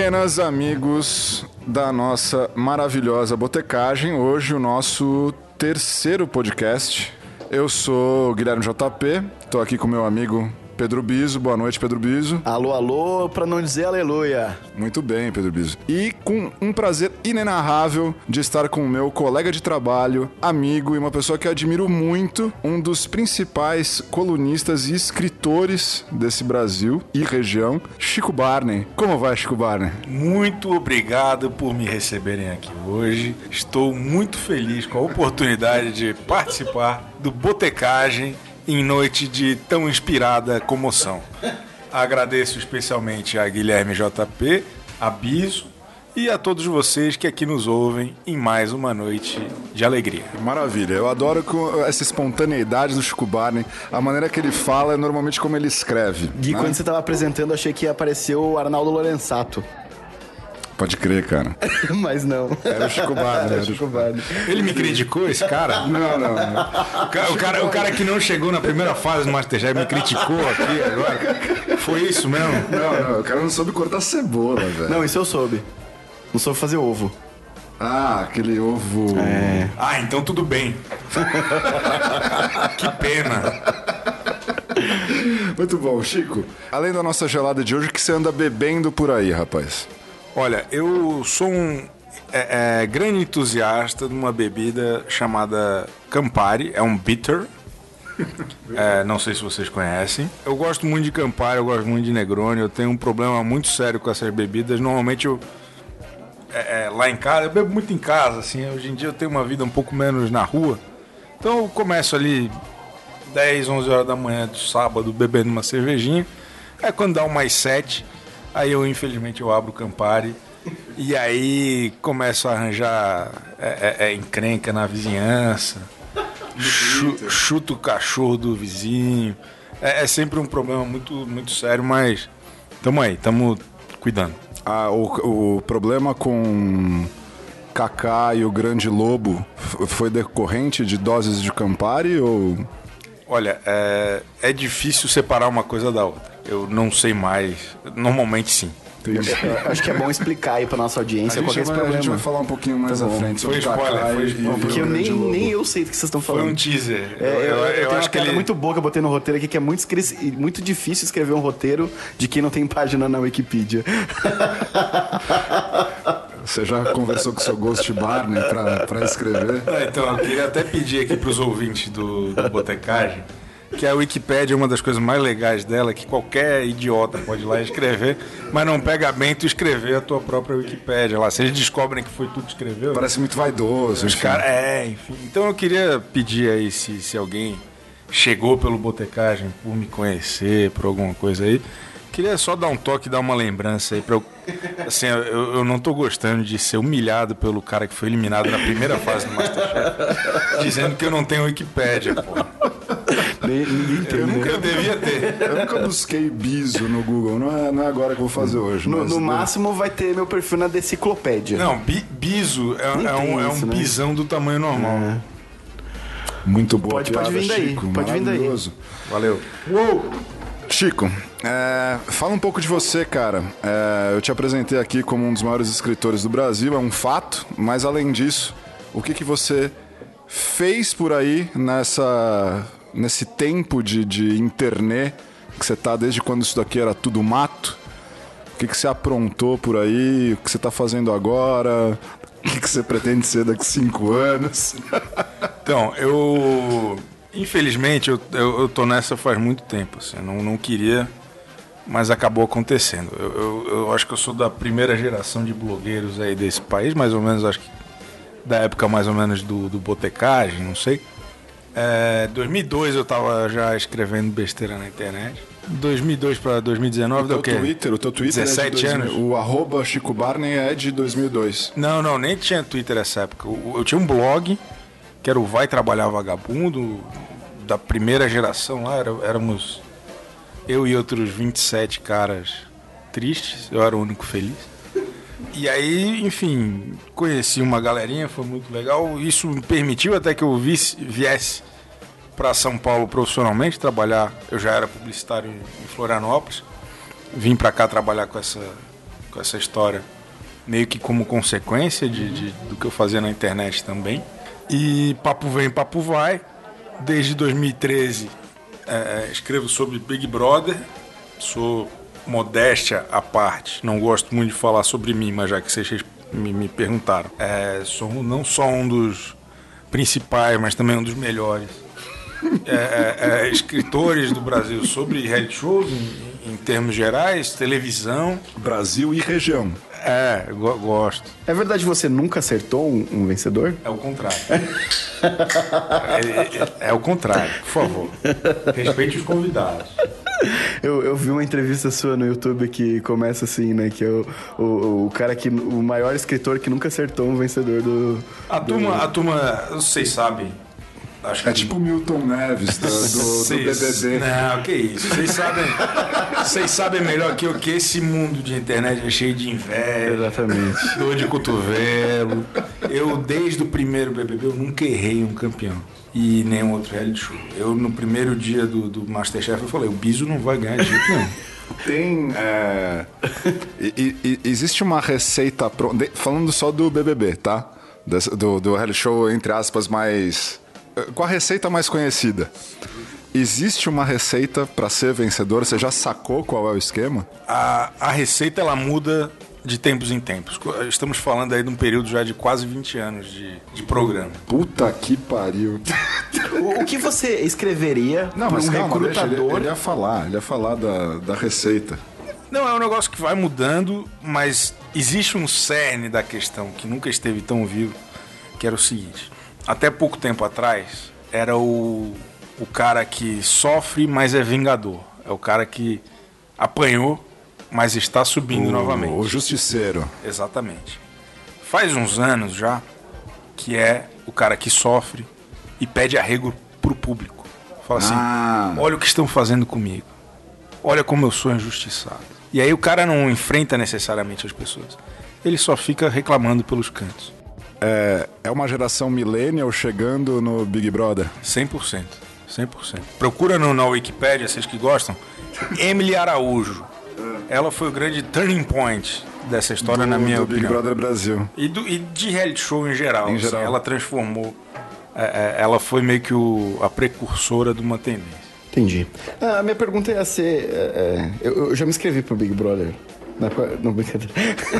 Buenas, amigos da nossa maravilhosa botecagem. Hoje o nosso terceiro podcast. Eu sou Guilherme JP, estou aqui com meu amigo Pedro Biso. Boa noite, Pedro Biso. Alô, alô, pra não dizer aleluia. Muito bem, Pedro Biso. E com um prazer inenarrável de estar com o meu colega de trabalho, amigo e uma pessoa que eu admiro muito, um dos principais colunistas e escritores desse Brasil e região, Chico Barney. Como vai, Chico Barney? Muito obrigado por me receberem aqui hoje. Estou muito feliz com a oportunidade de participar do Botecagem em noite de tão inspirada comoção. Agradeço especialmente a Guilherme JP, a Biso e a todos vocês que aqui nos ouvem em mais uma noite de alegria. Maravilha, eu adoro essa espontaneidade do Chico Barney. A maneira que ele fala é normalmente como ele escreve. Gui, quando você tava apresentando, achei que ia aparecer o Arnaldo Lorenzato. Pode crer, cara. Mas não. Era o Chico Barney. Era o Chico Barney. Ele me criticou, esse cara? Não. O cara que não chegou na primeira fase do Masterchef me criticou aqui agora. Foi isso mesmo? Não, o cara não soube cortar cebola, velho. Não, isso eu soube. Não soube fazer ovo. Ah, aquele ovo... Ah, então tudo bem. Que pena. Muito bom, Chico. Além da nossa gelada de hoje, o que você anda bebendo por aí, rapaz? Olha, eu sou um grande entusiasta de uma bebida chamada Campari, é um bitter. Não sei se vocês conhecem. Eu gosto muito de Campari, eu gosto muito de Negroni. Eu tenho um problema muito sério com essas bebidas. Normalmente lá em casa, eu bebo muito em casa, assim. Hoje em dia eu tenho uma vida um pouco menos na rua. Então eu começo ali 10, 11 horas da manhã do sábado bebendo uma cervejinha. Quando dá umas 7, aí infelizmente eu abro o Campari e aí começo a arranjar encrenca na vizinhança, chuto o cachorro do vizinho. É sempre um problema muito, muito sério, mas estamos cuidando. O problema com Kaká e o Grande Lobo foi decorrente de doses de Campari ou... Olha, é difícil separar uma coisa da outra. Eu não sei mais. Normalmente, sim. Acho que é bom explicar aí pra nossa audiência qual é esse problema. A gente vai falar um pouquinho mais à frente sobre spoiler, porque nem eu sei do que vocês estão falando. Foi um teaser. Eu tenho uma piada muito boa que eu botei no roteiro aqui, que é muito difícil escrever um roteiro de quem não tem página na Wikipedia. Você já conversou com o seu Ghost Barney pra escrever? Então, eu queria até pedir aqui pros ouvintes do Botecagem que a Wikipédia é uma das coisas mais legais dela, que qualquer idiota pode ir lá escrever, mas não pega bem tu escrever a tua própria Wikipédia lá. Se eles descobrem que foi tu que escreveu... Parece muito vaidoso. Os caras... enfim. Então eu queria pedir aí, se alguém chegou pelo Botecagem por me conhecer, por alguma coisa aí, queria só dar um toque, dar uma lembrança aí pra eu... Assim, eu não tô gostando de ser humilhado pelo cara que foi eliminado na primeira fase do Masterchef, dizendo que eu não tenho Wikipédia, pô. Eu devia ter. Eu nunca busquei Biso no Google, não é agora que eu vou fazer hoje. No máximo vai ter meu perfil na deciclopédia. Não, Biso é um bisão do tamanho normal. Muito boa pode piada, vir daí, Chico, pode vir daí. Valeu. Uou! Chico, fala um pouco de você, cara. Eu te apresentei aqui como um dos maiores escritores do Brasil, é um fato, mas além disso, o que você fez por aí nesse tempo de internet que você tá desde quando isso daqui era tudo mato? O que você aprontou por aí? O que você tá fazendo agora? O que você pretende ser daqui 5 anos? Então, infelizmente, eu tô nessa faz muito tempo. Assim, eu não queria, mas acabou acontecendo. Eu acho que eu sou da primeira geração de blogueiros aí desse país, mais ou menos, acho que da época mais ou menos do Botecagem, não sei. 2002 eu tava já escrevendo besteira na internet. 2002 para 2019 deu o quê? O teu Twitter 17 anos. O @Chico Barney é de 2002. Não, nem tinha Twitter nessa época. Eu tinha um blog, que era o Vai Trabalhar Vagabundo, da primeira geração lá. Éramos eu e outros 27 caras tristes. Eu era o único feliz. E aí, enfim, conheci uma galerinha, foi muito legal. Isso me permitiu até que eu viesse para São Paulo profissionalmente trabalhar. Eu já era publicitário em Florianópolis. Vim para cá trabalhar com com essa história, meio que como consequência do que eu fazia na internet também. E papo vem, papo vai. Desde 2013 escrevo sobre Big Brother. Sou modéstia à parte, não gosto muito de falar sobre mim, mas já que vocês me perguntaram. Sou não só um dos principais, mas também um dos melhores escritores do Brasil sobre reality shows, em termos gerais, televisão. Brasil e região. Gosto. É verdade que você nunca acertou um vencedor? É o contrário. É o contrário, por favor. Respeite os convidados. Eu vi uma entrevista sua no YouTube que começa assim, né? Que é o cara que. O maior escritor que nunca acertou um vencedor do. A turma, vocês sabem. Acho que tipo o Milton Neves do BBB. Não, que isso. Vocês sabem melhor que eu que esse mundo de internet é cheio de inveja. Exatamente. Dor de cotovelo. Eu, desde o primeiro BBB, eu nunca errei um campeão. E nenhum outro reality show. Eu, no primeiro dia do Masterchef, eu falei, o Biso não vai ganhar de jeito nenhum. Tem. Existe uma receita. Falando só do BBB, tá? Do reality show, entre aspas, mais. Com a receita mais conhecida. Existe uma receita para ser vencedor? Você já sacou qual é o esquema? A receita, ela muda de tempos em tempos. Estamos falando aí de um período já de quase 20 anos de programa. Puta que pariu. O que você escreveria Não, mas calma, recrutador? Ele ia falar da receita. Não, é um negócio que vai mudando, mas existe um cerne da questão que nunca esteve tão vivo, que era o seguinte. Até pouco tempo atrás, era o cara que sofre, mas é vingador. É o cara que apanhou, mas está subindo novamente. O justiceiro. Exatamente. Faz uns anos já que é o cara que sofre e pede arrego pro público. Fala assim, olha o que estão fazendo comigo. Olha como eu sou injustiçado. E aí o cara não enfrenta necessariamente as pessoas. Ele só fica reclamando pelos cantos. É uma geração millennial chegando no Big Brother? 100%. Procura na Wikipédia, vocês que gostam, Emily Araújo. Ela foi o grande turning point dessa história, na minha opinião. Do Big Brother Brasil. E de reality show em geral. Assim, ela transformou. Ela foi meio que a precursora de uma tendência. Entendi. A minha pergunta ia ser... eu já me inscrevi pro Big Brother. Não, brincadeira.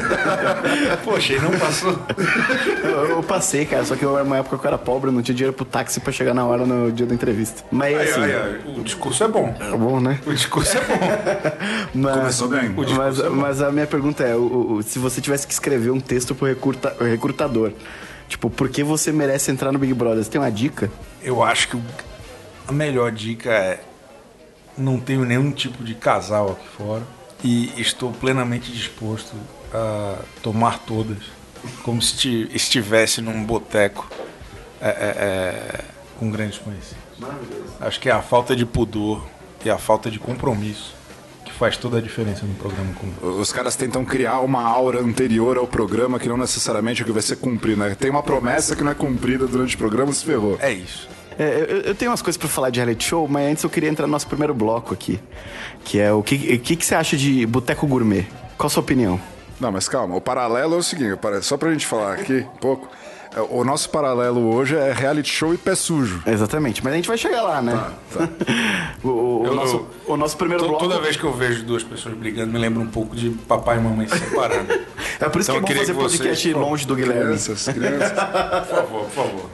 Poxa, e não passou? Eu passei, cara, só que eu era uma época que eu era pobre, eu não tinha dinheiro pro táxi pra chegar na hora no dia da entrevista. Mas assim... o discurso é bom. É bom, né? O discurso é bom. Começou bem. Mas a minha pergunta é, se você tivesse que escrever um texto pro recrutador, tipo, por que você merece entrar no Big Brother? Você tem uma dica? Eu acho que a melhor dica é: não tenho nenhum tipo de casal aqui fora e estou plenamente disposto a tomar todas, como se estivesse num boteco com grandes conhecidos. Acho que é a falta de pudor e a falta de compromisso que faz toda a diferença no programa como... Os caras tentam criar uma aura anterior ao programa que não necessariamente é o que vai ser cumprido, né? Tem uma promessa que não é cumprida durante o programa, se ferrou. É isso. Eu tenho umas coisas pra falar de reality show, mas antes eu queria entrar no nosso primeiro bloco aqui, que é o que você acha de Boteco Gourmet? Qual a sua opinião? Não, mas calma, o paralelo é o seguinte, só pra gente falar aqui um pouco, o nosso paralelo hoje é reality show e pé sujo. Exatamente, mas a gente vai chegar lá, né? Tá. o nosso primeiro bloco... Toda vez que eu vejo duas pessoas brigando, me lembra um pouco de papai e mamãe se separando. É por isso Então, que é bom fazer podcast longe do Guilherme. Crianças. Por favor.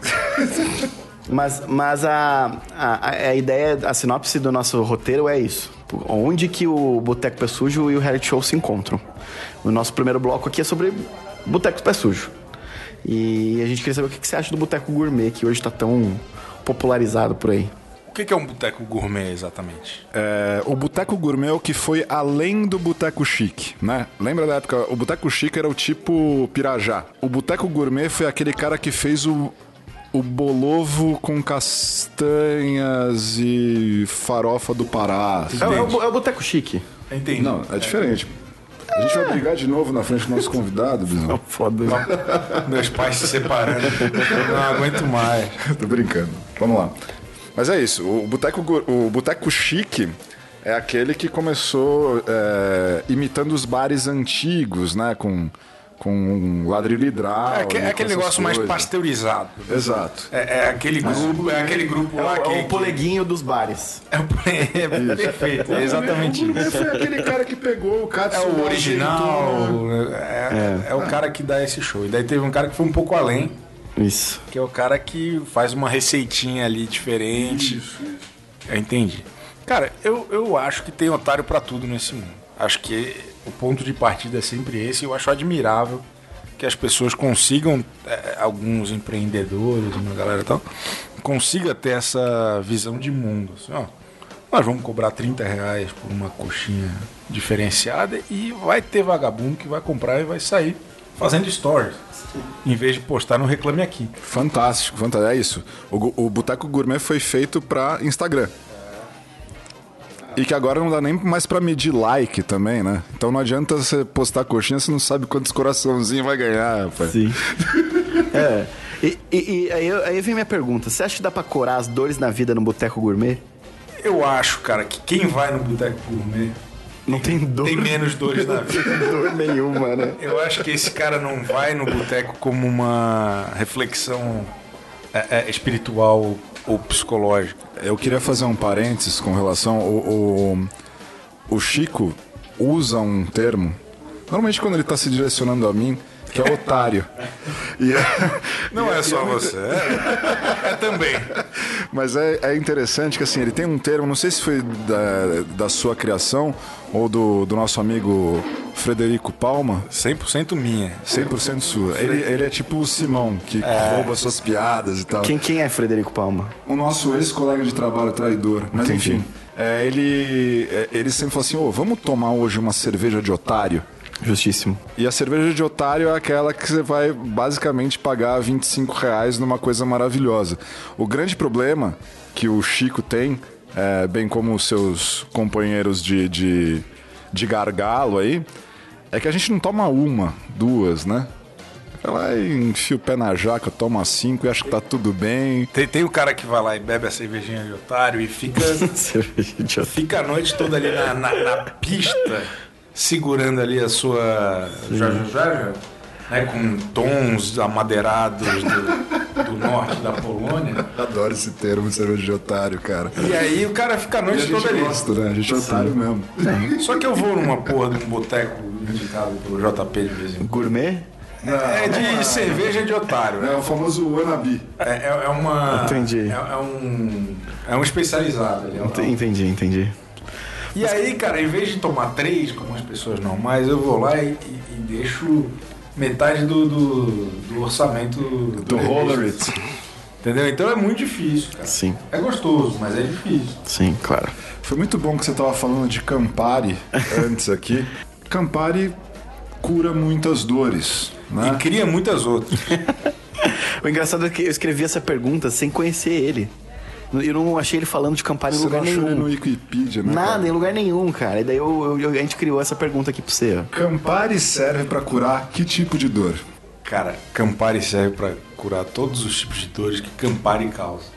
Mas a ideia, a sinopse do nosso roteiro é isso. Onde que o Boteco Pé Sujo e o reality show se encontram. O nosso primeiro bloco aqui é sobre Boteco Pé Sujo. E a gente queria saber o que você acha do Boteco Gourmet, que hoje tá tão popularizado por aí. O que é um boteco gourmet, exatamente? O boteco gourmet é o que foi além do boteco chique, né? Lembra da época? O boteco chique era o tipo Pirajá. O boteco gourmet foi aquele cara que fez o bolovo com castanhas e farofa do Pará. É o Boteco Chique. Entendi. Não, é diferente. A gente vai brigar de novo na frente do nosso convidado, Bisão. Foda. Meus pais se separando. Eu não aguento mais. Tô brincando. Vamos lá. Mas é isso. O boteco chique é aquele que começou imitando os bares antigos, né? Com um ladrilho hidráulico. É aquele negócio mais pasteurizado. Exato. É aquele grupo lá que... É o poleguinho dos bares. Perfeito, é exatamente isso. Foi aquele cara que pegou o Katsu. É o original, é o cara que dá esse show. E daí teve um cara que foi um pouco além, Isso. que é o cara que faz uma receitinha ali diferente. Isso. Eu entendi. Cara, eu acho que tem otário pra tudo nesse mundo. Acho que o ponto de partida é sempre esse. Eu acho admirável que as pessoas consigam, alguns empreendedores, uma galera e tal, consiga ter essa visão de mundo. Assim, ó, nós vamos cobrar R$30 por uma coxinha diferenciada e vai ter vagabundo que vai comprar e vai sair fazendo stories, em vez de postar no Reclame Aqui. Fantástico, fantástico. É isso. O Boteco Gourmet foi feito pra Instagram. E que agora não dá nem mais pra medir like também, né? Então não adianta você postar coxinha, você não sabe quantos coraçãozinhos vai ganhar, rapaz. Sim. E aí vem minha pergunta. Você acha que dá pra curar as dores na vida no Boteco Gourmet? Eu acho, cara, que quem vai no Boteco Gourmet Não tem dor. tem menos dores na vida. Não tem dor nenhuma, né? Eu acho que esse cara não vai no boteco como uma reflexão espiritual ou psicológica. Eu queria fazer um parênteses com relação... O Chico usa um termo, normalmente quando ele tá se direcionando a mim, que é otário. Não é só você, é também. Mas é interessante que assim, ele tem um termo, não sei se foi da sua criação ou do nosso amigo Frederico Palma. 100% minha. 100% sua. Ele é tipo o Simão, que rouba suas piadas e tal. Quem é Frederico Palma? O nosso ex-colega de trabalho traidor. Mas Entendi. enfim, ele sempre fala assim, vamos tomar hoje uma cerveja de otário? Justíssimo. E a cerveja de otário é aquela que você vai basicamente pagar R$25 numa coisa maravilhosa. O grande problema que o Chico tem, bem como os seus companheiros de gargalo aí, é que a gente não toma uma, duas, né? Vai lá e enfia o pé na jaca, toma 5 e acha que tá tudo bem. Tem o cara que vai lá e bebe a cervejinha de otário e fica a noite toda ali na pista, segurando ali a sua jaja, né, com tons amadeirados do norte da Polônia. Adoro esse termo, cerveja de otário, cara. E aí o cara fica a noite toda ali. Gosta, né? A gente é otário mesmo. Só que eu vou numa porra de um boteco indicado pelo JP de vez em quando. Gourmet? É de cerveja de otário, né? É o famoso wannabe. É uma... Entendi. É um especializado ali. Entendi. E aí, cara, em vez de tomar 3, como as pessoas normais, eu vou lá e deixo metade do orçamento Do Hollerit. Entendeu? Então é muito difícil, cara. Sim. É gostoso, mas é difícil. Sim, claro. Foi muito bom que você tava falando de Campari antes aqui. Campari cura muitas dores, né? E cria muitas outras. O engraçado é que eu escrevi essa pergunta sem conhecer ele. Eu não achei ele falando de Campari em Você lugar não achou ele nenhum. no Wikipedia, né? Nada, cara? em lugar nenhum, cara. E daí a gente criou essa pergunta aqui pra você, ó. Campari serve pra curar que tipo de dor? Cara, Campari serve pra curar todos os tipos de dores que Campari causa.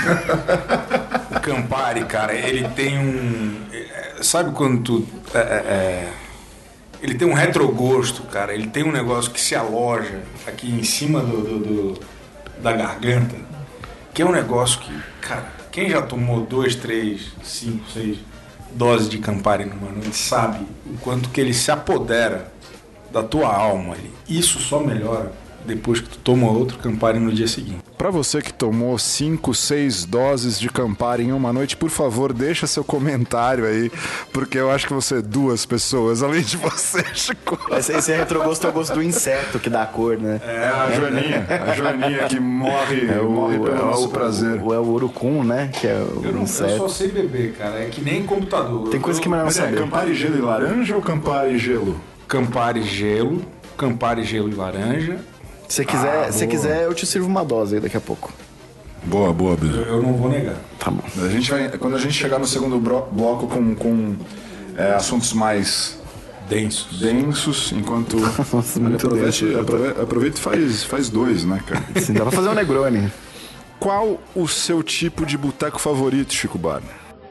O Campari, cara, ele tem sabe quando tu... ele tem um retrogosto, cara. Ele tem um negócio que se aloja aqui em cima da garganta. Que é um negócio que, cara, quem já tomou 2, 3, 5, 6 doses de Campari numa noite sabe o quanto que ele se apodera da tua alma ali. Isso só melhora depois que tu toma outro Campari no dia seguinte. Pra você que tomou 5, 6 doses de Campari em uma noite, por favor, deixa seu comentário aí, porque eu acho que você é 2 pessoas, além de você, Chico. Esse retrogosto é o gosto do inseto que dá a cor, né? É a Joaninha que morre pelo nosso prazer. É o urucum, né? Que é o Eu inseto. só sei beber, cara. É que nem computador. Tem coisa que é melhor não Mas saber. Campari gelo e laranja ou Campari gelo? Campari gelo e laranja. Se quiser, eu te sirvo uma dose aí daqui a pouco. Boa, Biso. Eu não vou negar. Tá bom. Quando a gente chegar no segundo bloco com assuntos mais densos, enquanto... Nossa, muito aproveita e faz 2, né, cara? Sim, dá pra fazer um Negroni. Qual o seu tipo de boteco favorito, Chico Barney?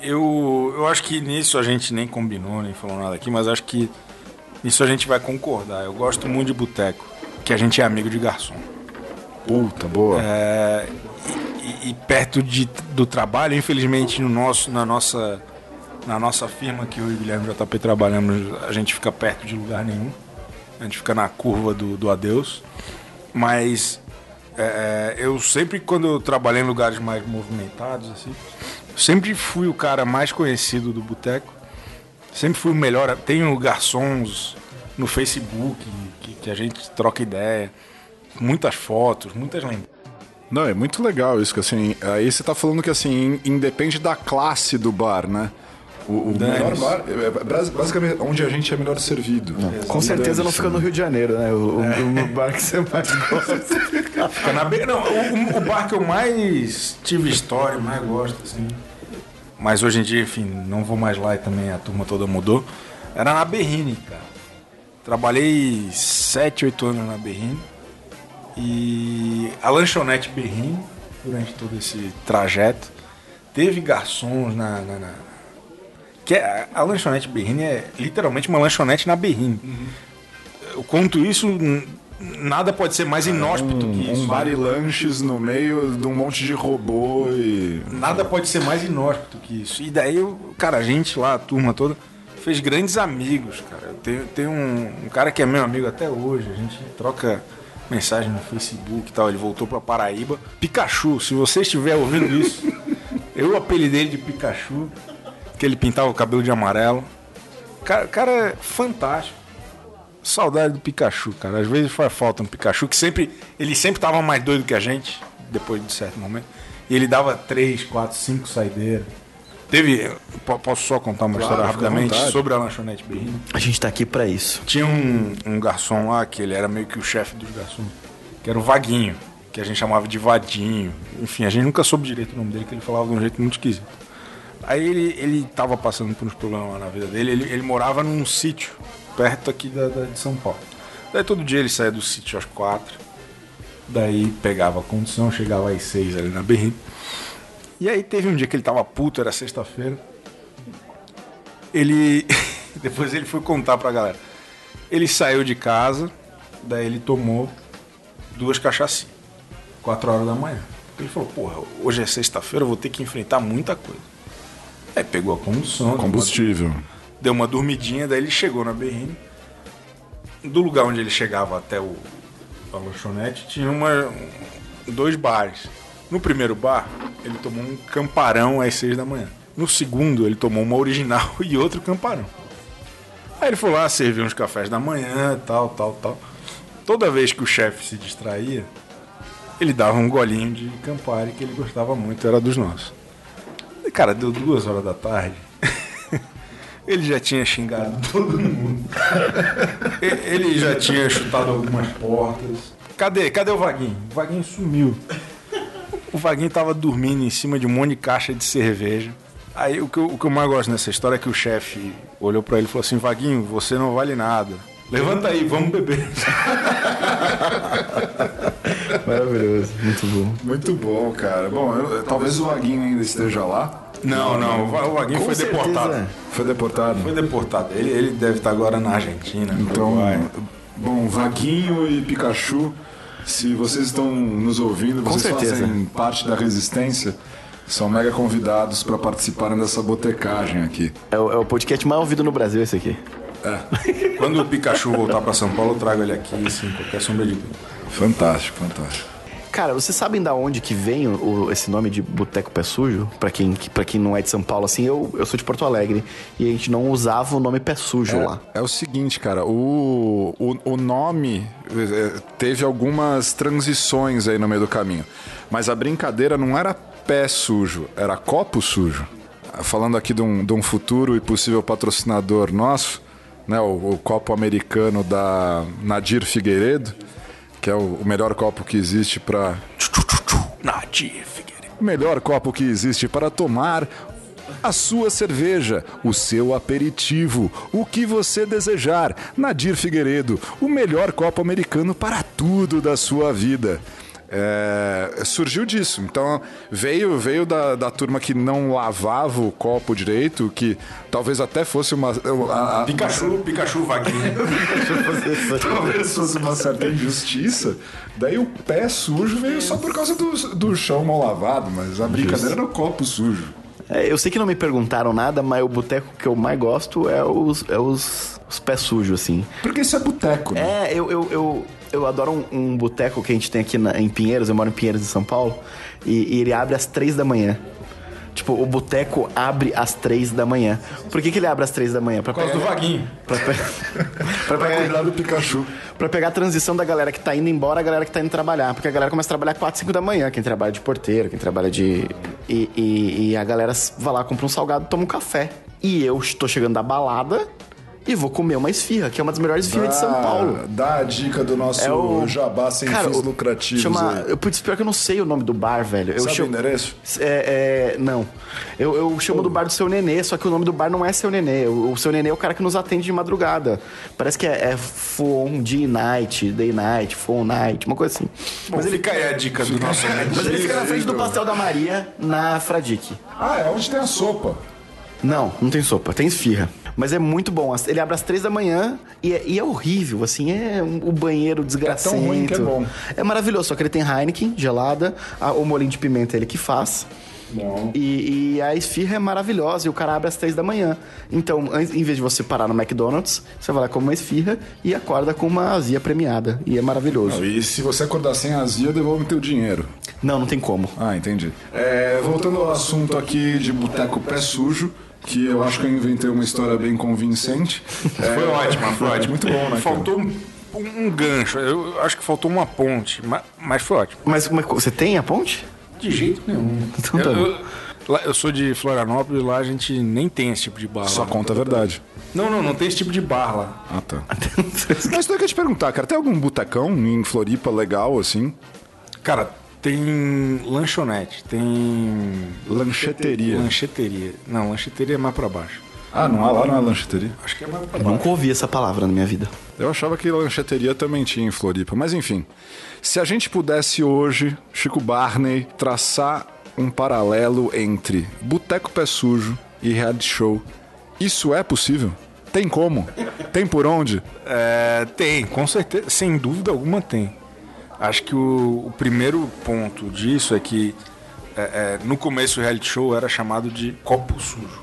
Eu acho que nisso a gente nem combinou, nem falou nada aqui, mas acho que nisso a gente vai concordar. Eu gosto muito de boteco, que a gente é amigo de garçom. Puta, boa. E perto do trabalho, infelizmente, na nossa firma que eu e o Guilherme JP trabalhamos, a gente fica perto de lugar nenhum. A gente fica na curva do adeus. Mas eu sempre, quando eu trabalhei em lugares mais movimentados, assim, sempre fui o cara mais conhecido do boteco. Sempre fui o melhor. Tenho garçons no Facebook que a gente troca ideia. Muitas fotos, muitas lembranças. Não, é muito legal isso, que assim, aí você tá falando que assim, independe da classe do bar, né? O melhor bar é basicamente onde a gente é melhor servido. Com certeza não fica no Rio de Janeiro, né? O bar que você mais gosta. Fica na beira. Não, o bar que eu mais tive história, mais gosto, assim. Mas hoje em dia, enfim, não vou mais lá e também a turma toda mudou. Era na Berrine, cara. Trabalhei 7, 8 anos na Berrine. E a lanchonete Berrine, durante todo esse trajeto, teve garçons que a lanchonete Berrine é literalmente uma lanchonete na Berrine. Eu conto isso, nada pode ser mais inóspito que isso. Um bar e lanches no meio de um monte de robô e... Nada pode ser mais inóspito que isso. E daí, cara, a gente lá, a turma toda, fez grandes amigos, cara. Eu tenho um cara que é meu amigo até hoje, a gente troca mensagem no Facebook e tal, ele voltou pra Paraíba. Pikachu, se você estiver ouvindo isso, eu apelidei ele de Pikachu, que ele pintava o cabelo de amarelo. Cara é fantástico. Saudade do Pikachu, cara. Às vezes faz falta um Pikachu, que ele sempre tava mais doido que a gente, depois de certo momento. E ele dava 3, 4, 5 saideiras. Posso só contar uma história rapidamente sobre a lanchonete Berrine? A gente tá aqui pra isso. Tinha um garçom lá, que ele era meio que o chefe dos garçons, que era o Vaguinho, que a gente chamava de Vadinho. Enfim, a gente nunca soube direito o nome dele, que ele falava de um jeito muito esquisito. Aí ele tava passando por uns problemas lá na vida dele, ele morava num sítio, perto aqui de São Paulo. Daí todo dia ele saía do sítio às 4, daí pegava a condução, chegava às 6 ali na Berrine. E aí teve um dia que ele tava puto, era sexta-feira. Depois ele foi contar pra galera. Ele saiu de casa, daí ele tomou 2 cachaçinhas, 4 horas da manhã. Ele falou, porra, hoje é sexta-feira, eu vou ter que enfrentar muita coisa. Aí pegou a condução. Combustível. Deu uma dormidinha, daí ele chegou na Berrine. Do lugar onde ele chegava até a lanchonete, tinha 2 bares. No primeiro bar, ele tomou um camparão às 6 da manhã. No segundo, ele tomou uma original e outro camparão. Aí ele foi lá, serviu uns cafés da manhã, tal. Toda vez que o chefe se distraía, ele dava um golinho de Campari, que ele gostava muito, era dos nossos. E, cara, deu 2 horas da tarde. Ele já tinha xingado todo mundo. Ele já tinha chutado algumas portas. Cadê o Vaguinho? O Vaguinho sumiu. O Vaguinho tava dormindo em cima de um monte de caixa de cerveja. Aí o que eu mais gosto nessa história é que o chefe olhou pra ele e falou assim, Vaguinho, você não vale nada. Levanta aí, vamos beber. Maravilhoso, muito bom. Muito bom, cara. Bom, talvez o Vaguinho ainda esteja lá. Não, o Vaguinho foi deportado. Foi deportado? Foi deportado. Ele deve estar agora na Argentina. Então, bom, Vaguinho e Pikachu, se vocês estão nos ouvindo, vocês fazem parte da resistência, são mega convidados para participarem dessa botecagem aqui. É o podcast mais ouvido no Brasil, esse aqui. Quando o Pikachu voltar para São Paulo, eu trago ele aqui, sem qualquer sombra de dúvida. Fantástico. Cara, vocês sabem da onde que vem esse nome de Boteco Pé Sujo? Pra quem não é de São Paulo, assim, eu sou de Porto Alegre e a gente não usava o nome Pé Sujo lá. É o seguinte, cara, o nome teve algumas transições aí no meio do caminho, mas a brincadeira não era pé sujo, era copo sujo. Falando aqui de um futuro e possível patrocinador nosso, né, o copo americano da Nadir Figueiredo, que é o melhor copo que existe para... Nadir Figueiredo. O melhor copo que existe para tomar a sua cerveja, o seu aperitivo, o que você desejar. Nadir Figueiredo, o melhor copo americano para tudo da sua vida. surgiu disso. Então veio da turma que não lavava o copo direito, que talvez até fosse uma... Pikachu vaguinho. Talvez fosse uma certa injustiça. Daí o pé sujo veio só por causa do chão mal lavado, mas a brincadeira era o copo sujo. Eu sei que não me perguntaram nada, mas o boteco que eu mais gosto é os pés sujos, assim. Porque isso é boteco, né? Eu adoro um boteco que a gente tem aqui em Pinheiros, eu moro em Pinheiros, em São Paulo, e ele abre às 3 da manhã. Tipo, o boteco abre às 3 da manhã. Por que ele abre às 3 da manhã? Por causa do vaguinho. Pra cuidar do Pikachu. Pra pegar a transição da galera que tá indo embora, a galera que tá indo trabalhar. Porque a galera começa a trabalhar 4, 5 da manhã. Quem trabalha de porteiro, quem trabalha de... E a galera vai lá, compra um salgado, toma um café. E eu estou chegando da balada e vou comer uma esfirra, que é uma das melhores esfirras de São Paulo. Dá a dica do nosso jabá sem fins lucrativos. Putz, pior que eu não sei o nome do bar, velho. Sabe o endereço? Não. Eu chamo do bar do Seu Nenê, só que o nome do bar não é Seu Nenê. O Seu Nenê é o cara que nos atende de madrugada. Parece que é Fondue Night, Day Night, Fond Night, uma coisa assim. Mas ele cai a dica do nosso Mas ele fica na frente do Pastel da Maria, na Fradique. É onde tem a sopa. Não tem sopa, tem esfirra. Mas é muito bom. Ele abre às 3 da manhã e é horrível, assim, o banheiro desgracento. É tão ruim que é bom. É maravilhoso, só que ele tem Heineken gelada, o molinho de pimenta é ele que faz. Bom. E a esfirra é maravilhosa e o cara abre às 3 da manhã. Então, em vez de você parar no McDonald's, você vai lá comer uma esfirra e acorda com uma azia premiada. E é maravilhoso. E se você acordar sem azia, devolve teu dinheiro. Não tem como. Entendi. Voltando ao assunto aqui de boteco pé sujo, que eu acho que eu inventei uma história bem convincente. Foi ótimo. Muito bom, né? Faltou um gancho. Eu acho que faltou uma ponte, mas foi ótimo. Mas você tem a ponte? De jeito nenhum. Então tá. Eu sou de Florianópolis, lá a gente nem tem esse tipo de bar. Só conta a verdade. Não tem esse tipo de bar lá. Tá. Mas eu queria te perguntar, cara, tem algum botecão em Floripa legal, assim? Cara, tem lanchonete, tem... Lancheteria. Não, lancheteria é mais pra baixo. Não é lancheteria? Acho que é mais pra Eu baixo. nunca ouvi essa palavra na minha vida. Eu achava que lancheteria também tinha em Floripa. Mas enfim, se a gente pudesse hoje, Chico Barney, traçar um paralelo entre Boteco Pé Sujo e reality show, isso é possível? Tem como? Tem por onde? Tem, com certeza. Sem dúvida alguma tem. Acho que o primeiro ponto disso é que no começo o reality show era chamado de copo sujo.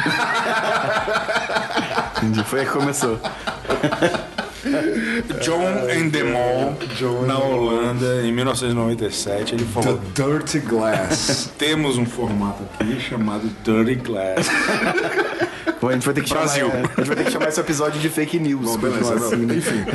Entendi, foi aí que começou. John Endemol, na Holanda, em 1997, ele falou: The Dirty Glass. Temos um formato aqui chamado Dirty Glass. Bom, a gente vai ter que Brasil. A gente vai ter que chamar esse episódio de fake news. Bom, beleza, assim, né? enfim.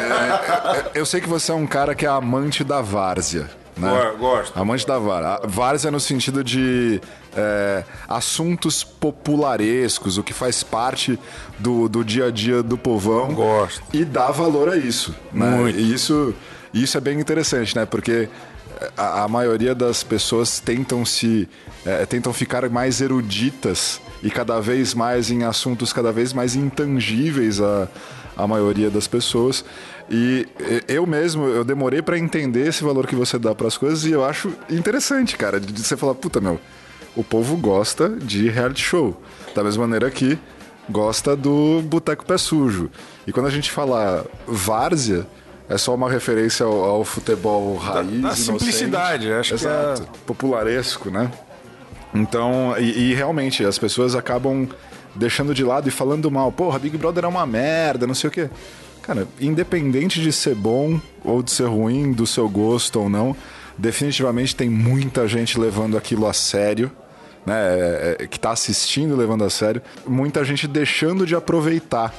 Eu sei que você é um cara que é amante da várzea. Né? Gosto. Amante da várzea no sentido de assuntos popularescos, o que faz parte do dia a dia do povão. Gosto. E dá valor a isso. Né? Muito. E isso é bem interessante, né? Porque a maioria das pessoas tentam ficar mais eruditas e cada vez mais em assuntos cada vez mais intangíveis a maioria das pessoas. E eu demorei pra entender esse valor que você dá pras coisas e eu acho interessante, cara, de você falar, puta, o povo gosta de reality show, da mesma maneira que gosta do Boteco Pé Sujo. E quando a gente fala várzea, é só uma referência ao futebol raiz, da simplicidade, acho exato, que popularesco, né? Então, e realmente, as pessoas acabam deixando de lado e falando mal. Porra, Big Brother é uma merda, não sei o quê. Cara, independente de ser bom ou de ser ruim, do seu gosto ou não, definitivamente tem muita gente levando aquilo a sério, né? Que tá assistindo levando a sério. Muita gente deixando de aproveitar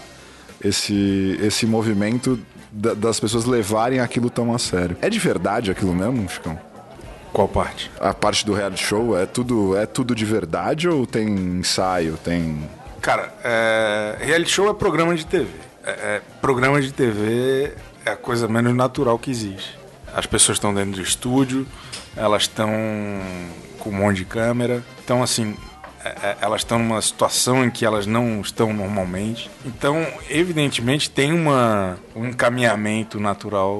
esse movimento das pessoas levarem aquilo tão a sério. É de verdade aquilo mesmo, Chicão? Qual parte? A parte do reality show é tudo de verdade ou tem ensaio, tem... Cara, reality show é programa de TV. Programa de TV é a coisa menos natural que existe. As pessoas estão dentro do estúdio, elas estão com um monte de câmera. Então, assim, elas estão numa situação em que elas não estão normalmente. Então, evidentemente, tem um encaminhamento natural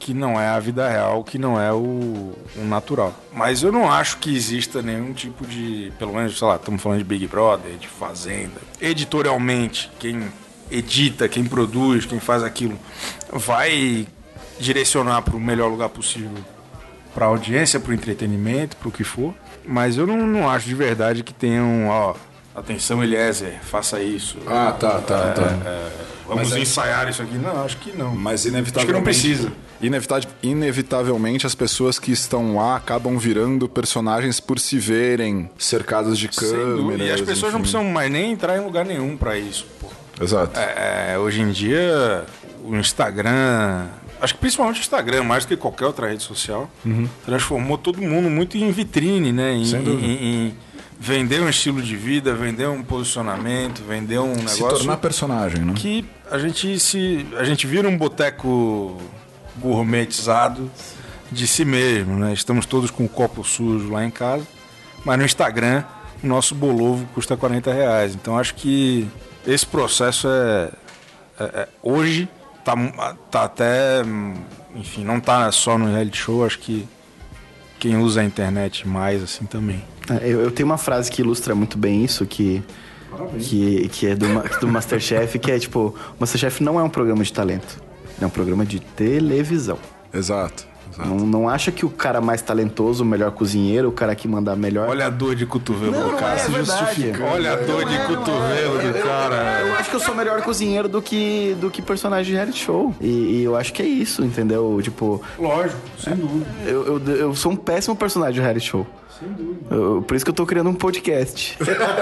que não é a vida real, que não é o natural. Mas eu não acho que exista nenhum tipo de, pelo menos, sei lá, estamos falando de Big Brother, de Fazenda. Editorialmente, quem edita, quem produz, quem faz aquilo, vai direcionar para o melhor lugar possível para a audiência, para o entretenimento, para o que for. Mas eu não acho de verdade que tenham, atenção, Eliezer, faça isso. Tá. Vamos ensaiar isso aqui. Não, acho que não. Mas acho que não precisa. Inevitavelmente as pessoas que estão lá acabam virando personagens por se verem cercadas de câmeras. E as pessoas não precisam mais nem entrar em lugar nenhum para isso. Pô. Exato. Hoje em dia, o Instagram, acho que principalmente o Instagram, mais do que qualquer outra rede social, transformou todo mundo muito em vitrine, né? Em vender um estilo de vida, vender um posicionamento, vender um negócio... Se tornar personagem, né? Que a gente vira um boteco gourmetizado de si mesmo, né? Estamos todos com o copo sujo lá em casa, mas no Instagram o nosso bolovo custa R$40. Então acho que esse processo hoje tá até... Enfim, não tá só no reality show, acho que quem usa a internet mais assim também. Eu tenho uma frase que ilustra muito bem isso, que é do Masterchef, que é tipo, o Masterchef não é um programa de talento, é um programa de televisão. Exato. Não acha que o cara mais talentoso, o melhor cozinheiro, o cara que manda melhor... Olha a dor de cotovelo do cara. Se justificando. Olha a dor de cotovelo do cara. Eu acho que eu sou melhor cozinheiro do que personagem de reality show. E eu acho que é isso, entendeu? Tipo... Lógico, sem dúvida. Eu sou um péssimo personagem de reality show. Sem dúvida. Por isso que eu tô criando um podcast.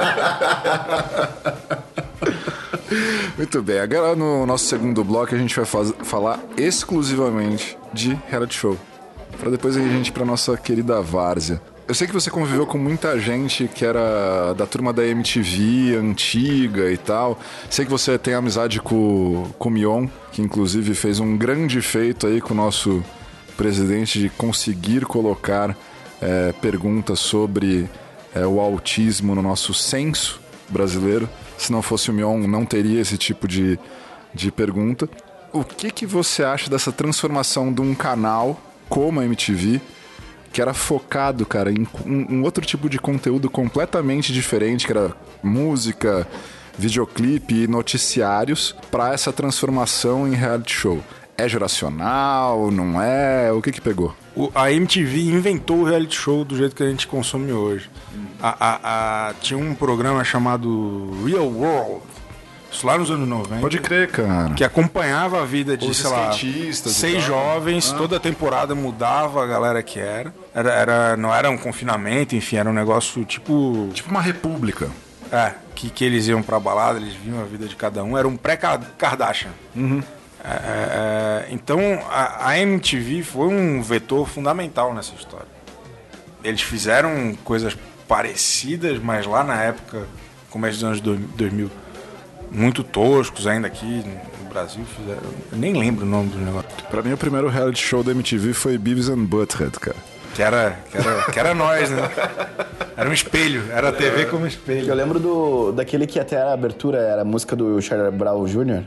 Muito bem, agora no nosso segundo bloco a gente vai falar exclusivamente de reality show. Pra depois a gente ir pra nossa querida várzea. Eu sei que você conviveu com muita gente que era da turma da MTV, antiga e tal. Sei que você tem amizade com o Mion, que inclusive fez um grande feito aí com o nosso presidente de conseguir colocar perguntas sobre o autismo no nosso censo brasileiro. Se não fosse o Mion, não teria esse tipo de pergunta. O que você acha dessa transformação de um canal como a MTV, que era focado, cara, em um outro tipo de conteúdo completamente diferente, que era música, videoclipe e noticiários, para essa transformação em reality show? É geracional, não é? O que pegou? A MTV inventou o reality show do jeito que a gente consome hoje. Tinha um programa chamado Real World, isso lá nos anos 90. Pode crer, cara. Que acompanhava a vida de, sei lá, 6 jovens, toda a temporada mudava a galera que era. Não era um confinamento, enfim, era um negócio tipo... Tipo uma república. Que eles iam pra balada, eles viam a vida de cada um, era um pré-Kardashian. Então a MTV foi um vetor fundamental nessa história. Eles fizeram coisas parecidas, mas lá na época, começo dos anos 2000, muito toscos ainda aqui no Brasil. Fizeram, eu nem lembro o nome do negócio. Pra mim o primeiro reality show da MTV foi Beavis and Butthead, cara. Que era nós, né? Era um espelho, era a TV como espelho. Eu lembro daquele que até a abertura era a música do Charlie Brown Jr.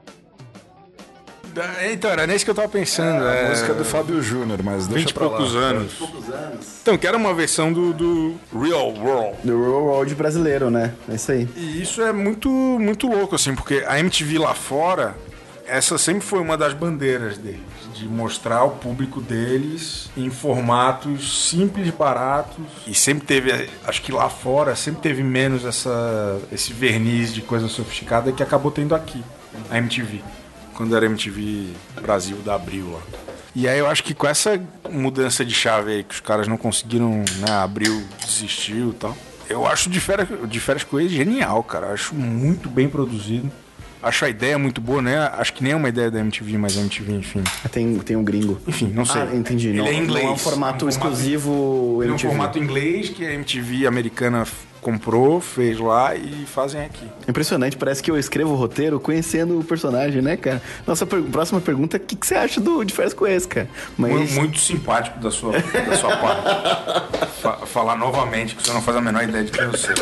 Então, era nesse que eu tava pensando. A música do Fábio Júnior, mas deixa 20 pra lá. poucos anos. Então, que era uma versão do Real World. Do Real World brasileiro, né? É isso aí. E isso é muito, muito louco, assim, porque a MTV lá fora, essa sempre foi uma das bandeiras deles, de mostrar ao público deles em formatos simples, baratos. E sempre teve, acho que lá fora, sempre teve menos esse verniz de coisa sofisticada que acabou tendo aqui, a MTV. Quando era MTV Brasil da Abril lá. E aí eu acho que com essa mudança de chave aí, que os caras não conseguiram, né, Abril desistiu e tal, eu acho de Férias com Ex genial, cara. Eu acho muito bem produzido. Acho a ideia muito boa, né? Acho que nem é uma ideia da MTV, mas a MTV, enfim. Tem um gringo. Enfim, não sei. Entendi. Ele é inglês. Não é um formato exclusivo MTV. É um formato inglês que a MTV americana comprou, fez lá e fazem aqui. Impressionante, parece que eu escrevo o roteiro conhecendo o personagem, né, cara? Nossa próxima pergunta é o que você acha de Férias com Ex, cara? Mas... Muito simpático da sua parte. Falar novamente que você não faz a menor ideia de quem eu sei.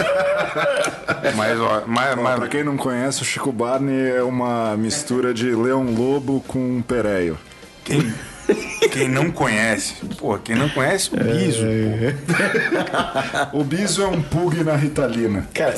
Pra quem não conhece, o Chico Barney é uma mistura de Leão Lobo com Pereio. Quem? Quem não conhece, o Biso. O Biso é um pug na Ritalina. Cara,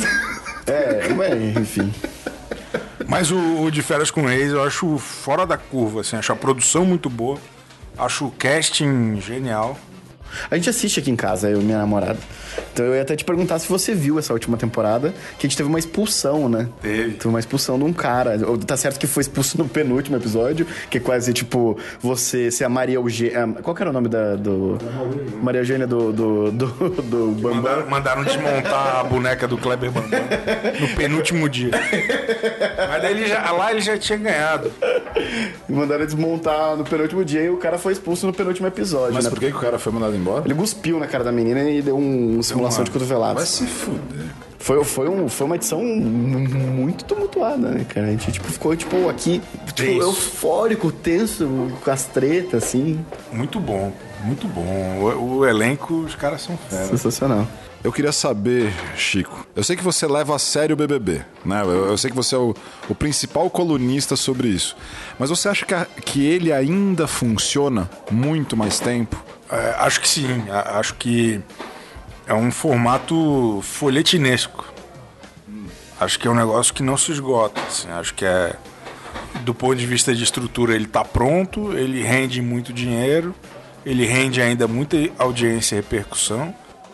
enfim. Mas o De Férias com Ex eu acho fora da curva, assim, acho a produção muito boa, acho o casting genial. A gente assiste aqui em casa, eu e minha namorada. Então eu ia até te perguntar se você viu essa última temporada, que a gente teve uma expulsão, né? Teve uma expulsão de um cara. Tá certo que foi expulso no penúltimo episódio, que é quase tipo, você ser a Maria Eugênia. Qual que era o nome do Maria Eugênia do Bambam? Mandaram desmontar a boneca do Kleber Bambam no penúltimo dia. Mas daí ele já tinha ganhado. Mandaram desmontar no penúltimo dia e o cara foi expulso no penúltimo episódio. Mas né? por que o cara foi mandado embora? Ele cuspiu na cara da menina e deu uma simulação de cotovelada. Vai se fuder. Foi uma edição muito tumultuada, né, cara? A gente ficou aqui eufórico, tenso, com as tretas, assim. Muito bom, muito bom. O elenco, os caras são fera. Sensacional. Eu queria saber, Chico, eu sei que você leva a sério o BBB, né? Eu sei que você é o principal colunista sobre isso. Mas você acha que ele ainda funciona muito mais tempo? Acho que sim. Acho que é um formato folhetinesco. Acho que é um negócio que não se esgota. Assim. Acho que do ponto de vista de estrutura, ele está pronto, ele rende muito dinheiro, ele rende ainda muita audiência e repercussão.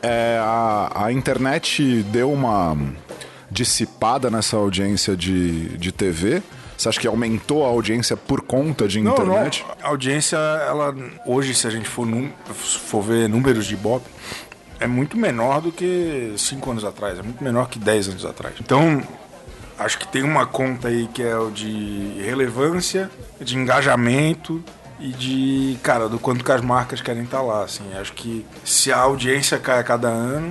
A internet deu uma dissipada nessa audiência de TV? Você acha que aumentou a audiência por conta de internet? Não. A audiência, hoje, se a gente for ver números de Ibope, é muito menor do que 5 anos atrás, é muito menor que 10 anos atrás. Então, acho que tem uma conta aí que é o de relevância, de engajamento e do quanto que as marcas querem estar lá. Assim. Acho que se a audiência cai a cada ano,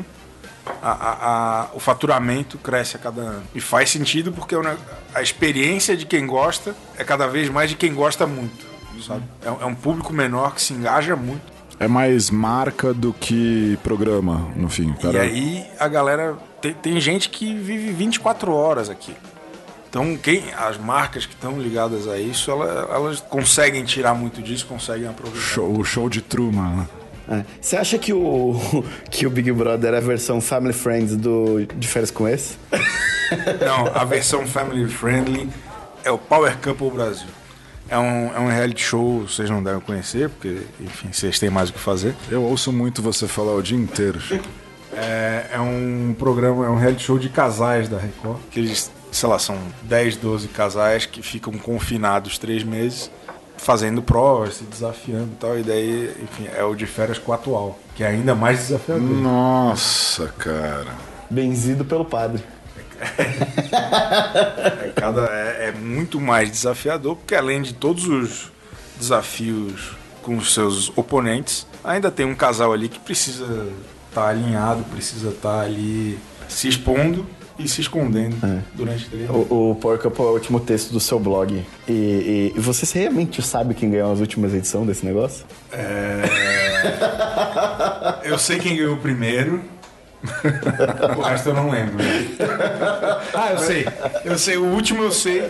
o faturamento cresce a cada ano. E faz sentido porque a experiência de quem gosta é cada vez mais de quem gosta muito, sabe? É um público menor que se engaja muito. É mais marca do que programa, no fim. Cara. E aí a galera... Tem gente que vive 24 horas aqui. Então as marcas que estão ligadas a isso, elas conseguem tirar muito disso, conseguem aproveitar. O show de Truman, né? Você acha que o Big Brother é a versão Family Friends de Férias com Ex? Não, a versão Family Friendly é o Power Couple Brasil. É um reality show, vocês não devem conhecer, porque, enfim, vocês têm mais o que fazer. Eu ouço muito você falar o dia inteiro, Chico. É um programa, é um reality show de casais da Record, que eles, sei lá, são 10, 12 casais que ficam confinados 3 meses, fazendo provas, se desafiando e tal, e daí, enfim, é o de férias com o atual, que é ainda mais desafiador. Nossa, cara. Benzido pelo padre. É muito mais desafiador, porque além de todos os desafios com os seus oponentes, ainda tem um casal ali que precisa estar alinhado, precisa estar ali se expondo e se escondendo durante 3 meses. O Power Couple é o último texto do seu blog. E você realmente sabe quem ganhou as últimas edições desse negócio? Eu sei quem ganhou o primeiro. O resto eu não lembro. Eu sei. O último eu sei.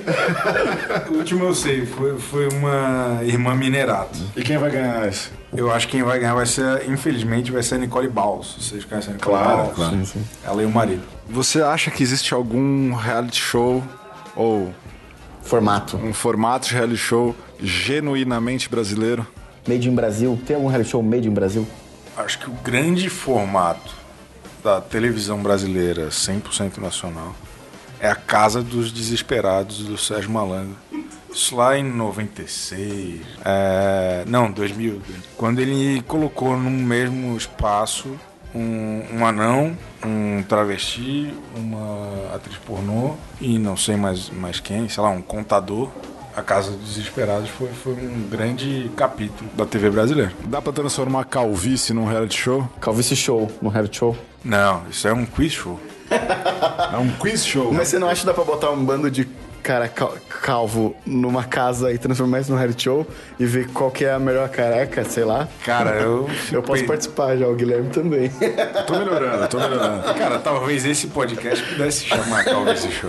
Foi uma irmã Minerato. E quem vai ganhar esse? Eu acho que quem vai ganhar vai ser, infelizmente, vai ser a Nicole Baus. Vocês conhecem a Nicole Baus? Claro. Sim. Ela e o marido. Você acha que existe algum reality show ou formato? Um formato de reality show genuinamente brasileiro? Made in Brasil? Tem algum reality show made in Brasil? Acho que o grande formato da televisão brasileira 100% nacional é a Casa dos Desesperados do Sérgio Malandro. Isso lá em 96, 2000, quando ele colocou no mesmo espaço um anão, um travesti, uma atriz pornô e não sei mais quem, sei lá, um contador. A Casa dos Desesperados foi um grande capítulo da TV brasileira. Dá pra transformar calvície num reality show? Calvície show num reality show? Não, isso é um quiz show. É um quiz show. Mas você não acha que dá pra botar um bando de cara calvo numa casa e transformar isso num reality show e ver qual que é a melhor careca, sei lá? Cara, eu posso participar já, o Guilherme também. Tô melhorando. Cara, talvez esse podcast pudesse chamar Calvície Show.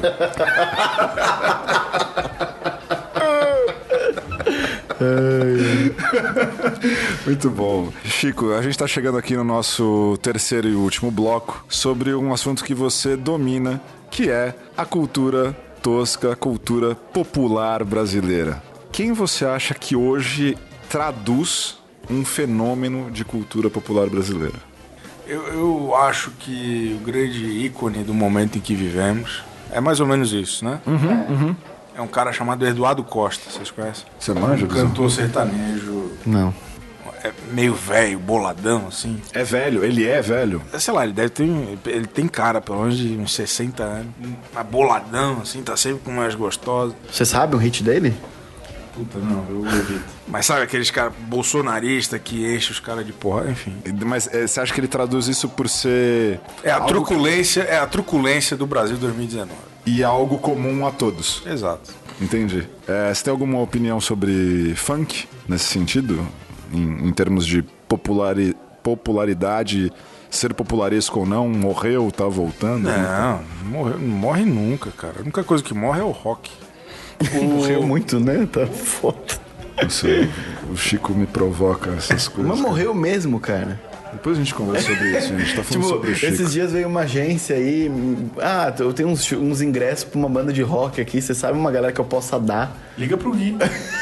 Muito bom. Chico, a gente está chegando aqui no nosso terceiro e último bloco sobre um assunto que você domina, que é a cultura tosca, a cultura popular brasileira. Quem você acha que hoje traduz um fenômeno de cultura popular brasileira? Eu acho que o grande ícone do momento em que vivemos é mais ou menos isso, né? É um cara chamado Eduardo Costa, vocês conhecem? Você manja, Um cantor sertanejo. Não. É meio velho, boladão, assim. É velho, ele é velho. Sei lá, ele deve ter. Ele tem cara, pelo menos de uns 60 anos. Mas boladão, assim, tá sempre com mais gostosa. Você sabe um hit dele? Puta, não, eu evito. Mas sabe aqueles caras bolsonaristas que enchem os caras de porra, enfim. Mas você acha que ele traduz isso por ser... É a algo truculência, é a truculência do Brasil 2019. E algo comum a todos. Exato. Entendi. Você tem alguma opinião sobre funk, nesse sentido? Em termos de popularidade, ser popularesco ou não, morreu, tá voltando? Não morre nunca, cara. A única coisa que morre é o rock. Morreu muito, né? Tá foda. Nossa, o Chico me provoca essas coisas. Mas morreu mesmo, cara. Depois a gente conversa sobre isso, a gente tá falando sobre o Chico. Esses dias veio uma agência aí. Ah, eu tenho uns ingressos pra uma banda de rock aqui. Você sabe uma galera que eu possa dar? Liga pro Gui.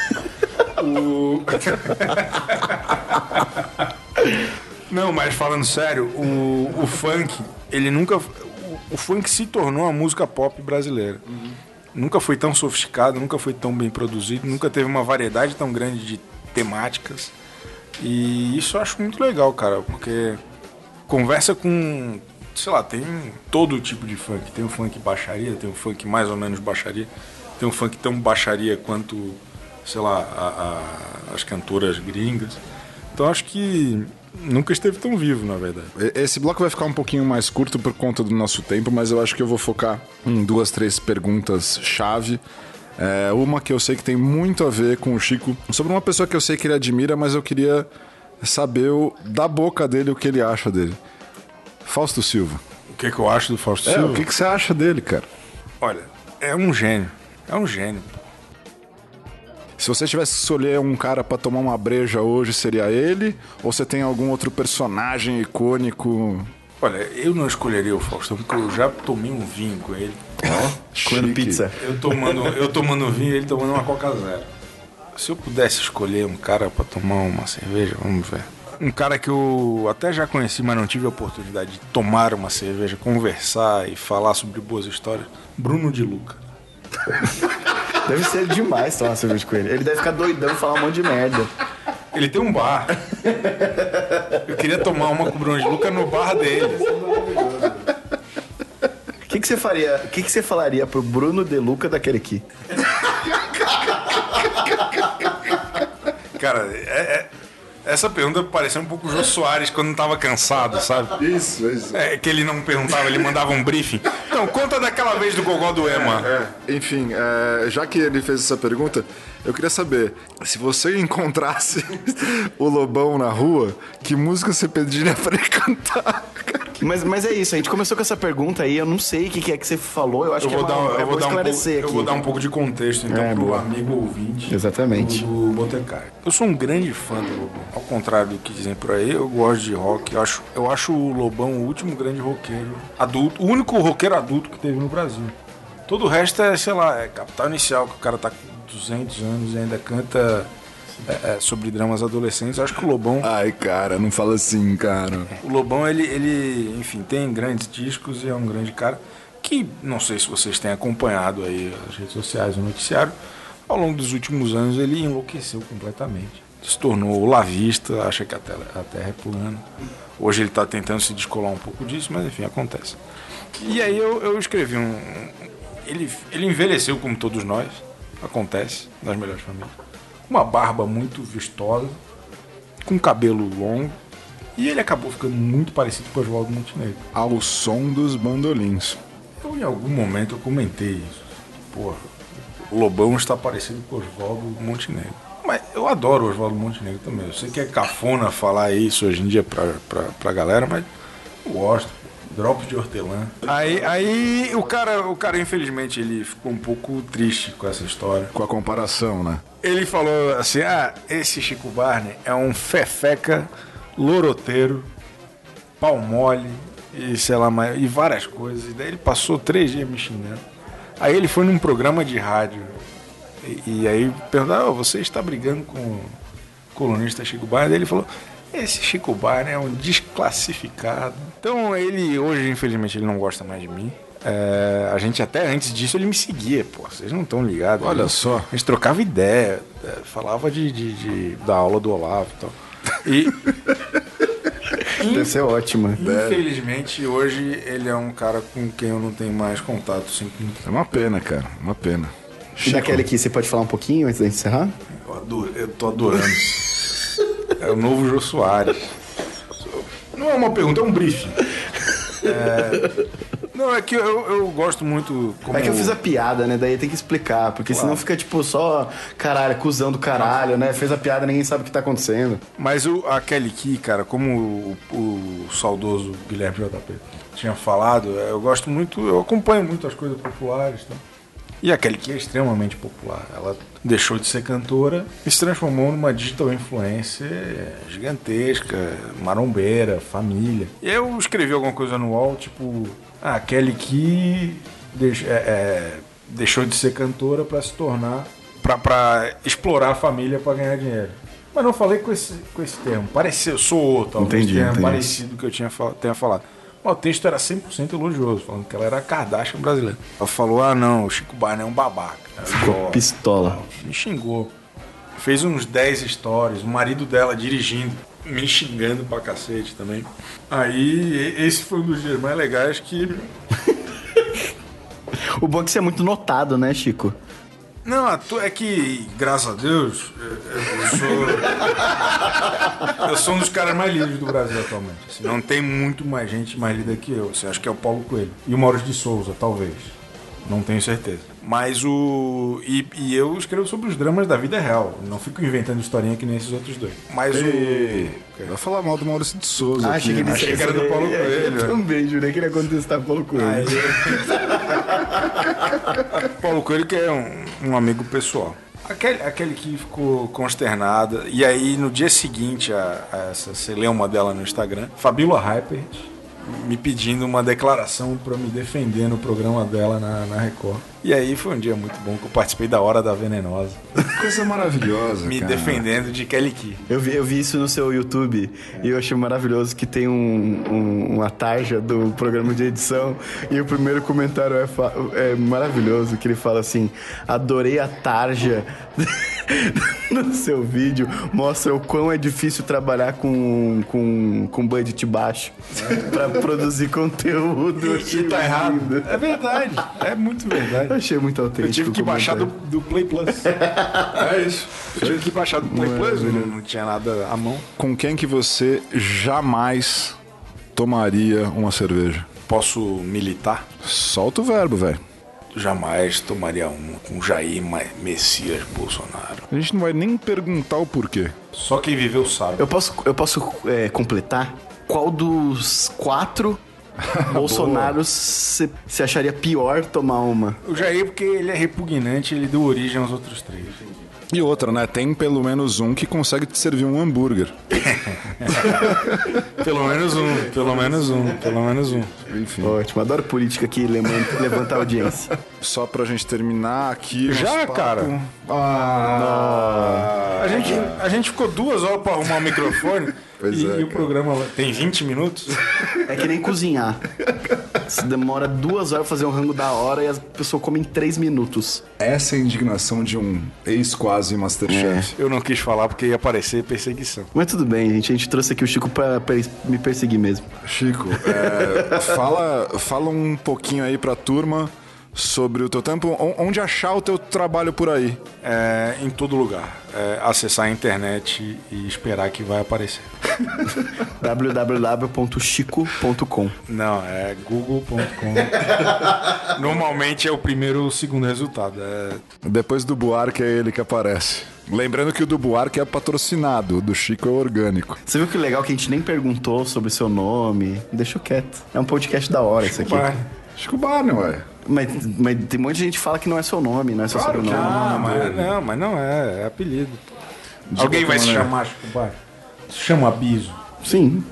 Não, mas falando sério, o funk, ele nunca... O funk se tornou uma música pop brasileira. Nunca foi tão sofisticado, nunca foi tão bem produzido, nunca teve uma variedade tão grande de temáticas. E isso eu acho muito legal, cara, porque conversa com... Sei lá, tem todo tipo de funk. Tem o funk baixaria, tem o funk mais ou menos baixaria, tem um funk tão baixaria quanto, sei lá, as cantoras gringas. Então acho que nunca esteve tão vivo, na verdade. Esse bloco vai ficar um pouquinho mais curto por conta do nosso tempo, mas eu acho que eu vou focar em 2, 3 perguntas-chave. Uma que eu sei que tem muito a ver com o Chico, sobre uma pessoa que eu sei que ele admira, mas eu queria saber da boca dele o que ele acha dele. Fausto Silva. O que eu acho do Fausto Silva? O que você acha dele, cara? Olha, é um gênio. É um gênio. Se você tivesse que escolher um cara pra tomar uma breja hoje, seria ele? Ou você tem algum outro personagem icônico? Olha, eu não escolheria o Faustão, porque eu já tomei um vinho com ele. Comendo pizza. Eu tomando vinho e ele tomando uma Coca Zero. Se eu pudesse escolher um cara pra tomar uma cerveja, vamos ver. Um cara que eu até já conheci, mas não tive a oportunidade de tomar uma cerveja, conversar e falar sobre boas histórias. Bruno de Luca. Deve ser demais tomar cerveja com ele. Ele deve ficar doidão e falar um monte de merda. Ele tem um bar. Eu queria tomar uma com o Bruno de Luca no bar dele. O que você faria? O que você falaria pro Bruno de Luca daquele aqui? Cara, essa pergunta parecia um pouco o Jô Soares quando tava cansado, sabe? Isso. Que ele não perguntava, ele mandava um briefing. Então, conta daquela vez do Gogó do Ema. Enfim, já que ele fez essa pergunta, eu queria saber, se você encontrasse o Lobão na rua, que música você pediria pra ele cantar? Mas é isso, a gente começou com essa pergunta aí, eu não sei o que é que você falou, eu acho que eu vou esclarecer aqui. Eu vou dar um pouco de contexto, então, pro amigo ouvinte. Exatamente. Do Botecário. Eu sou um grande fã do Lobão. Ao contrário do que dizem por aí, eu gosto de rock. Eu acho o Lobão o último grande roqueiro adulto, o único roqueiro adulto que teve no Brasil. Todo o resto é, sei lá, é Capital Inicial, que o cara tá com 200 anos e ainda canta sobre dramas adolescentes. Eu acho que o Lobão... Ai, cara, não fala assim, cara. O Lobão, ele, enfim, tem grandes discos e é um grande cara que, não sei se vocês têm acompanhado aí as redes sociais, o noticiário, ao longo dos últimos anos ele enlouqueceu completamente. Se tornou olavista, acha que a Terra é plana. Hoje ele está tentando se descolar um pouco disso, mas enfim, acontece. E aí eu escrevi Ele envelheceu como todos nós, acontece, nas melhores famílias. Uma barba muito vistosa, com cabelo longo, e ele acabou ficando muito parecido com o Oswaldo Montenegro. Ao som dos bandolins. Em algum momento eu comentei isso. Porra, o Lobão está parecido com o Oswaldo Montenegro. Mas eu adoro o Oswaldo Montenegro também. Eu sei que é cafona falar isso hoje em dia pra galera, mas eu gosto. Drops de hortelã. Aí o cara, infelizmente, ele ficou um pouco triste com essa história. Com a comparação, né? Ele falou assim, esse Chico Barney é um fefeca, loroteiro, pau mole e sei lá mais, e várias coisas. E daí ele passou 3 dias me xingando. Aí ele foi num programa de rádio e aí perguntaram, você está brigando com o colunista Chico Barney? Daí ele falou, esse Chico Barney é um desclassificado. Então ele, hoje, infelizmente, ele não gosta mais de mim. A gente até antes disso ele me seguia, pô, vocês não estão ligados. Olha só. A gente trocava ideia, falava da aula do Olavo e tal. E Deve ser ótimo. infelizmente hoje ele é um cara com quem eu não tenho mais contato. Sempre. É uma pena, cara. Uma pena. E daquele aqui, você pode falar um pouquinho antes da gente encerrar? Eu tô adorando. É o novo Jô Soares. Não é uma pergunta, é um briefing. Não, é que eu gosto muito... É que eu fiz a piada, né? Daí tem que explicar, porque senão fica tipo só, caralho, cuzão do caralho, né? Fez a piada, ninguém sabe o que tá acontecendo. Mas a Kelly Key, cara, como o saudoso Guilherme JP tinha falado, eu gosto muito, eu acompanho muito as coisas populares, tá? E a Kelly Key é extremamente popular. Ela deixou de ser cantora e se transformou numa digital influencer gigantesca, marombeira, família. E eu escrevi alguma coisa no UOL, tipo... A Kelly Key deixou de ser cantora para se tornar... para explorar a família para ganhar dinheiro. Mas não falei com esse termo. Pareceu, soou talvez termo parecido que eu tenha falado. Mas o texto era 100% elogioso, falando que ela era a Kardashian brasileira. Ela falou, não, o Chico Barney é um babaca. Ficou pistola. Me xingou. Fez uns 10 stories, o marido dela dirigindo, me xingando pra cacete também. Aí, esse foi um dos dias mais legais que... O bom é que você é muito notado, né, Chico? Não, é que, graças a Deus, eu sou um dos caras mais lidos do Brasil atualmente. Assim, não tem muito mais gente mais lida que eu. Assim, acho que é o Paulo Coelho. E o Maurício de Souza, talvez. Não tenho certeza. Mas E eu escrevo sobre os dramas da vida real. Não fico inventando historinha que nem esses outros dois. Mas Vai falar mal do Maurício de Souza. Achei que era do Paulo Coelho. Eu também, jurei que ele ia contestar Paulo Coelho. Paulo Coelho, que é um amigo pessoal. Aquele que ficou consternada. E aí, no dia seguinte a essa celeuma dela no Instagram, Fabíola Hypert me pedindo uma declaração para me defender no programa dela na Record. E aí foi um dia muito bom que eu participei da Hora da Venenosa. Coisa maravilhosa, me cara. Defendendo de Kelly Key. Eu vi isso no seu YouTube e eu achei maravilhoso que tem uma tarja do programa de edição e o primeiro comentário é maravilhoso, que ele fala assim, adorei a tarja no seu vídeo, mostra o quão é difícil trabalhar com budget baixo pra produzir conteúdo. E tá errado. É verdade, é muito verdade. Eu achei muito autêntico. Eu tive que baixar do Play Plus. É isso. Eu tive que baixar do Play Plus, não tinha nada à mão. Com quem que você jamais tomaria uma cerveja? Posso militar? Solta o verbo, velho. Jamais tomaria uma com Jair Messias Bolsonaro. A gente não vai nem perguntar o porquê. Só quem viveu sabe. Eu posso completar? Qual dos 4 Bolsonaros você acharia pior tomar uma? O Jair, porque ele é repugnante, ele deu origem aos outros 3. E outra, né? Tem pelo menos um que consegue te servir um hambúrguer. Pelo menos um. Enfim. Ótimo, adoro política que levanta a audiência. Só pra gente terminar aqui... Já, cara? A gente ficou 2 horas pra arrumar o microfone e o programa tem 20 minutos. É que nem cozinhar. Você demora 2 horas pra fazer um rango da hora e a pessoa come em 3 minutos. Essa é a indignação de um ex-quase Masterchef. Eu não quis falar porque ia parecer perseguição. Mas tudo bem, gente. A gente trouxe aqui o Chico pra me perseguir mesmo. Chico, fala um pouquinho aí pra turma sobre o teu tempo. Onde achar o teu trabalho por aí? Em todo lugar. Acessar a internet e esperar que vai aparecer. www.chico.com. Não, é google.com. Normalmente é o primeiro ou o segundo resultado. Depois do Buarque é ele que aparece. Lembrando que o do Buarque é patrocinado, o do Chico é orgânico. Você viu que legal que a gente nem perguntou sobre o seu nome? Deixou quieto. É um podcast da hora esse aqui. Chico Barney, ué. Mas tem muita gente que fala que não é seu nome, não é seu sobrenome. Mas não é apelido. Alguém vai se chamar Chico Barney? Se chama Abiso. Sim.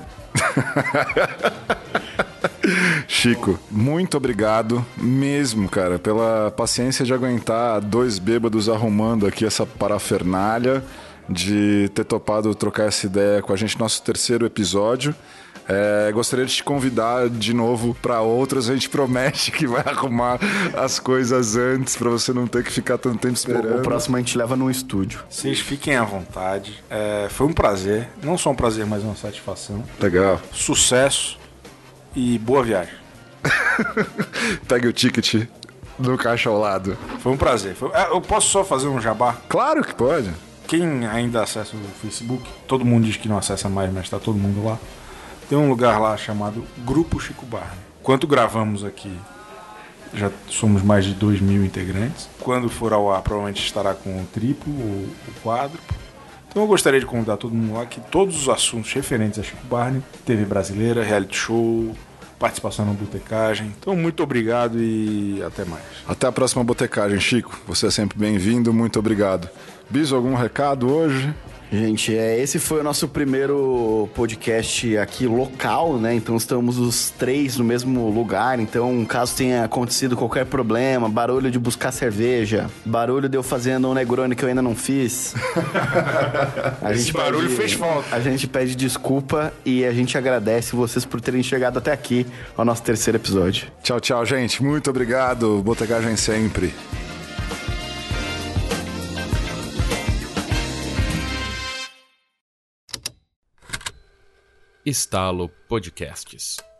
Chico, muito obrigado mesmo, cara, pela paciência de aguentar 2 bêbados arrumando aqui essa parafernália, de ter topado trocar essa ideia com a gente, nosso 3º episódio. Gostaria de te convidar de novo para outros. A gente promete que vai arrumar as coisas antes para você não ter que ficar tanto tempo esperando. O próximo a gente leva num estúdio. Vocês fiquem à vontade. Foi um prazer, não só um prazer, mas uma satisfação. Legal. Sucesso e boa viagem. Pegue o ticket no caixa ao lado. Foi um prazer. Eu posso só fazer um jabá? Claro que pode. Quem ainda acessa o Facebook, todo mundo diz que não acessa mais, mas tá todo mundo lá. Tem um lugar lá chamado Grupo Chico Barney. Enquanto gravamos aqui, já somos mais de 2.000 integrantes. Quando for ao ar, provavelmente estará com o triplo ou o quádruplo. Então eu gostaria de convidar todo mundo lá que todos os assuntos referentes a Chico Barney, TV brasileira, reality show, participação na botecagem. Então muito obrigado e até mais. Até a próxima botecagem, Chico. Você é sempre bem-vindo, muito obrigado. Biso, algum recado hoje? Gente, esse foi o nosso primeiro podcast aqui local, né? Então estamos os 3 no mesmo lugar. Então, caso tenha acontecido qualquer problema, barulho de buscar cerveja, barulho de eu fazendo um Negroni que eu ainda não fiz. Esse barulho fez falta. A gente pede desculpa e a gente agradece vocês por terem chegado até aqui ao nosso 3º episódio. Tchau, tchau, gente. Muito obrigado. Botecagem sempre. Estalo Podcasts.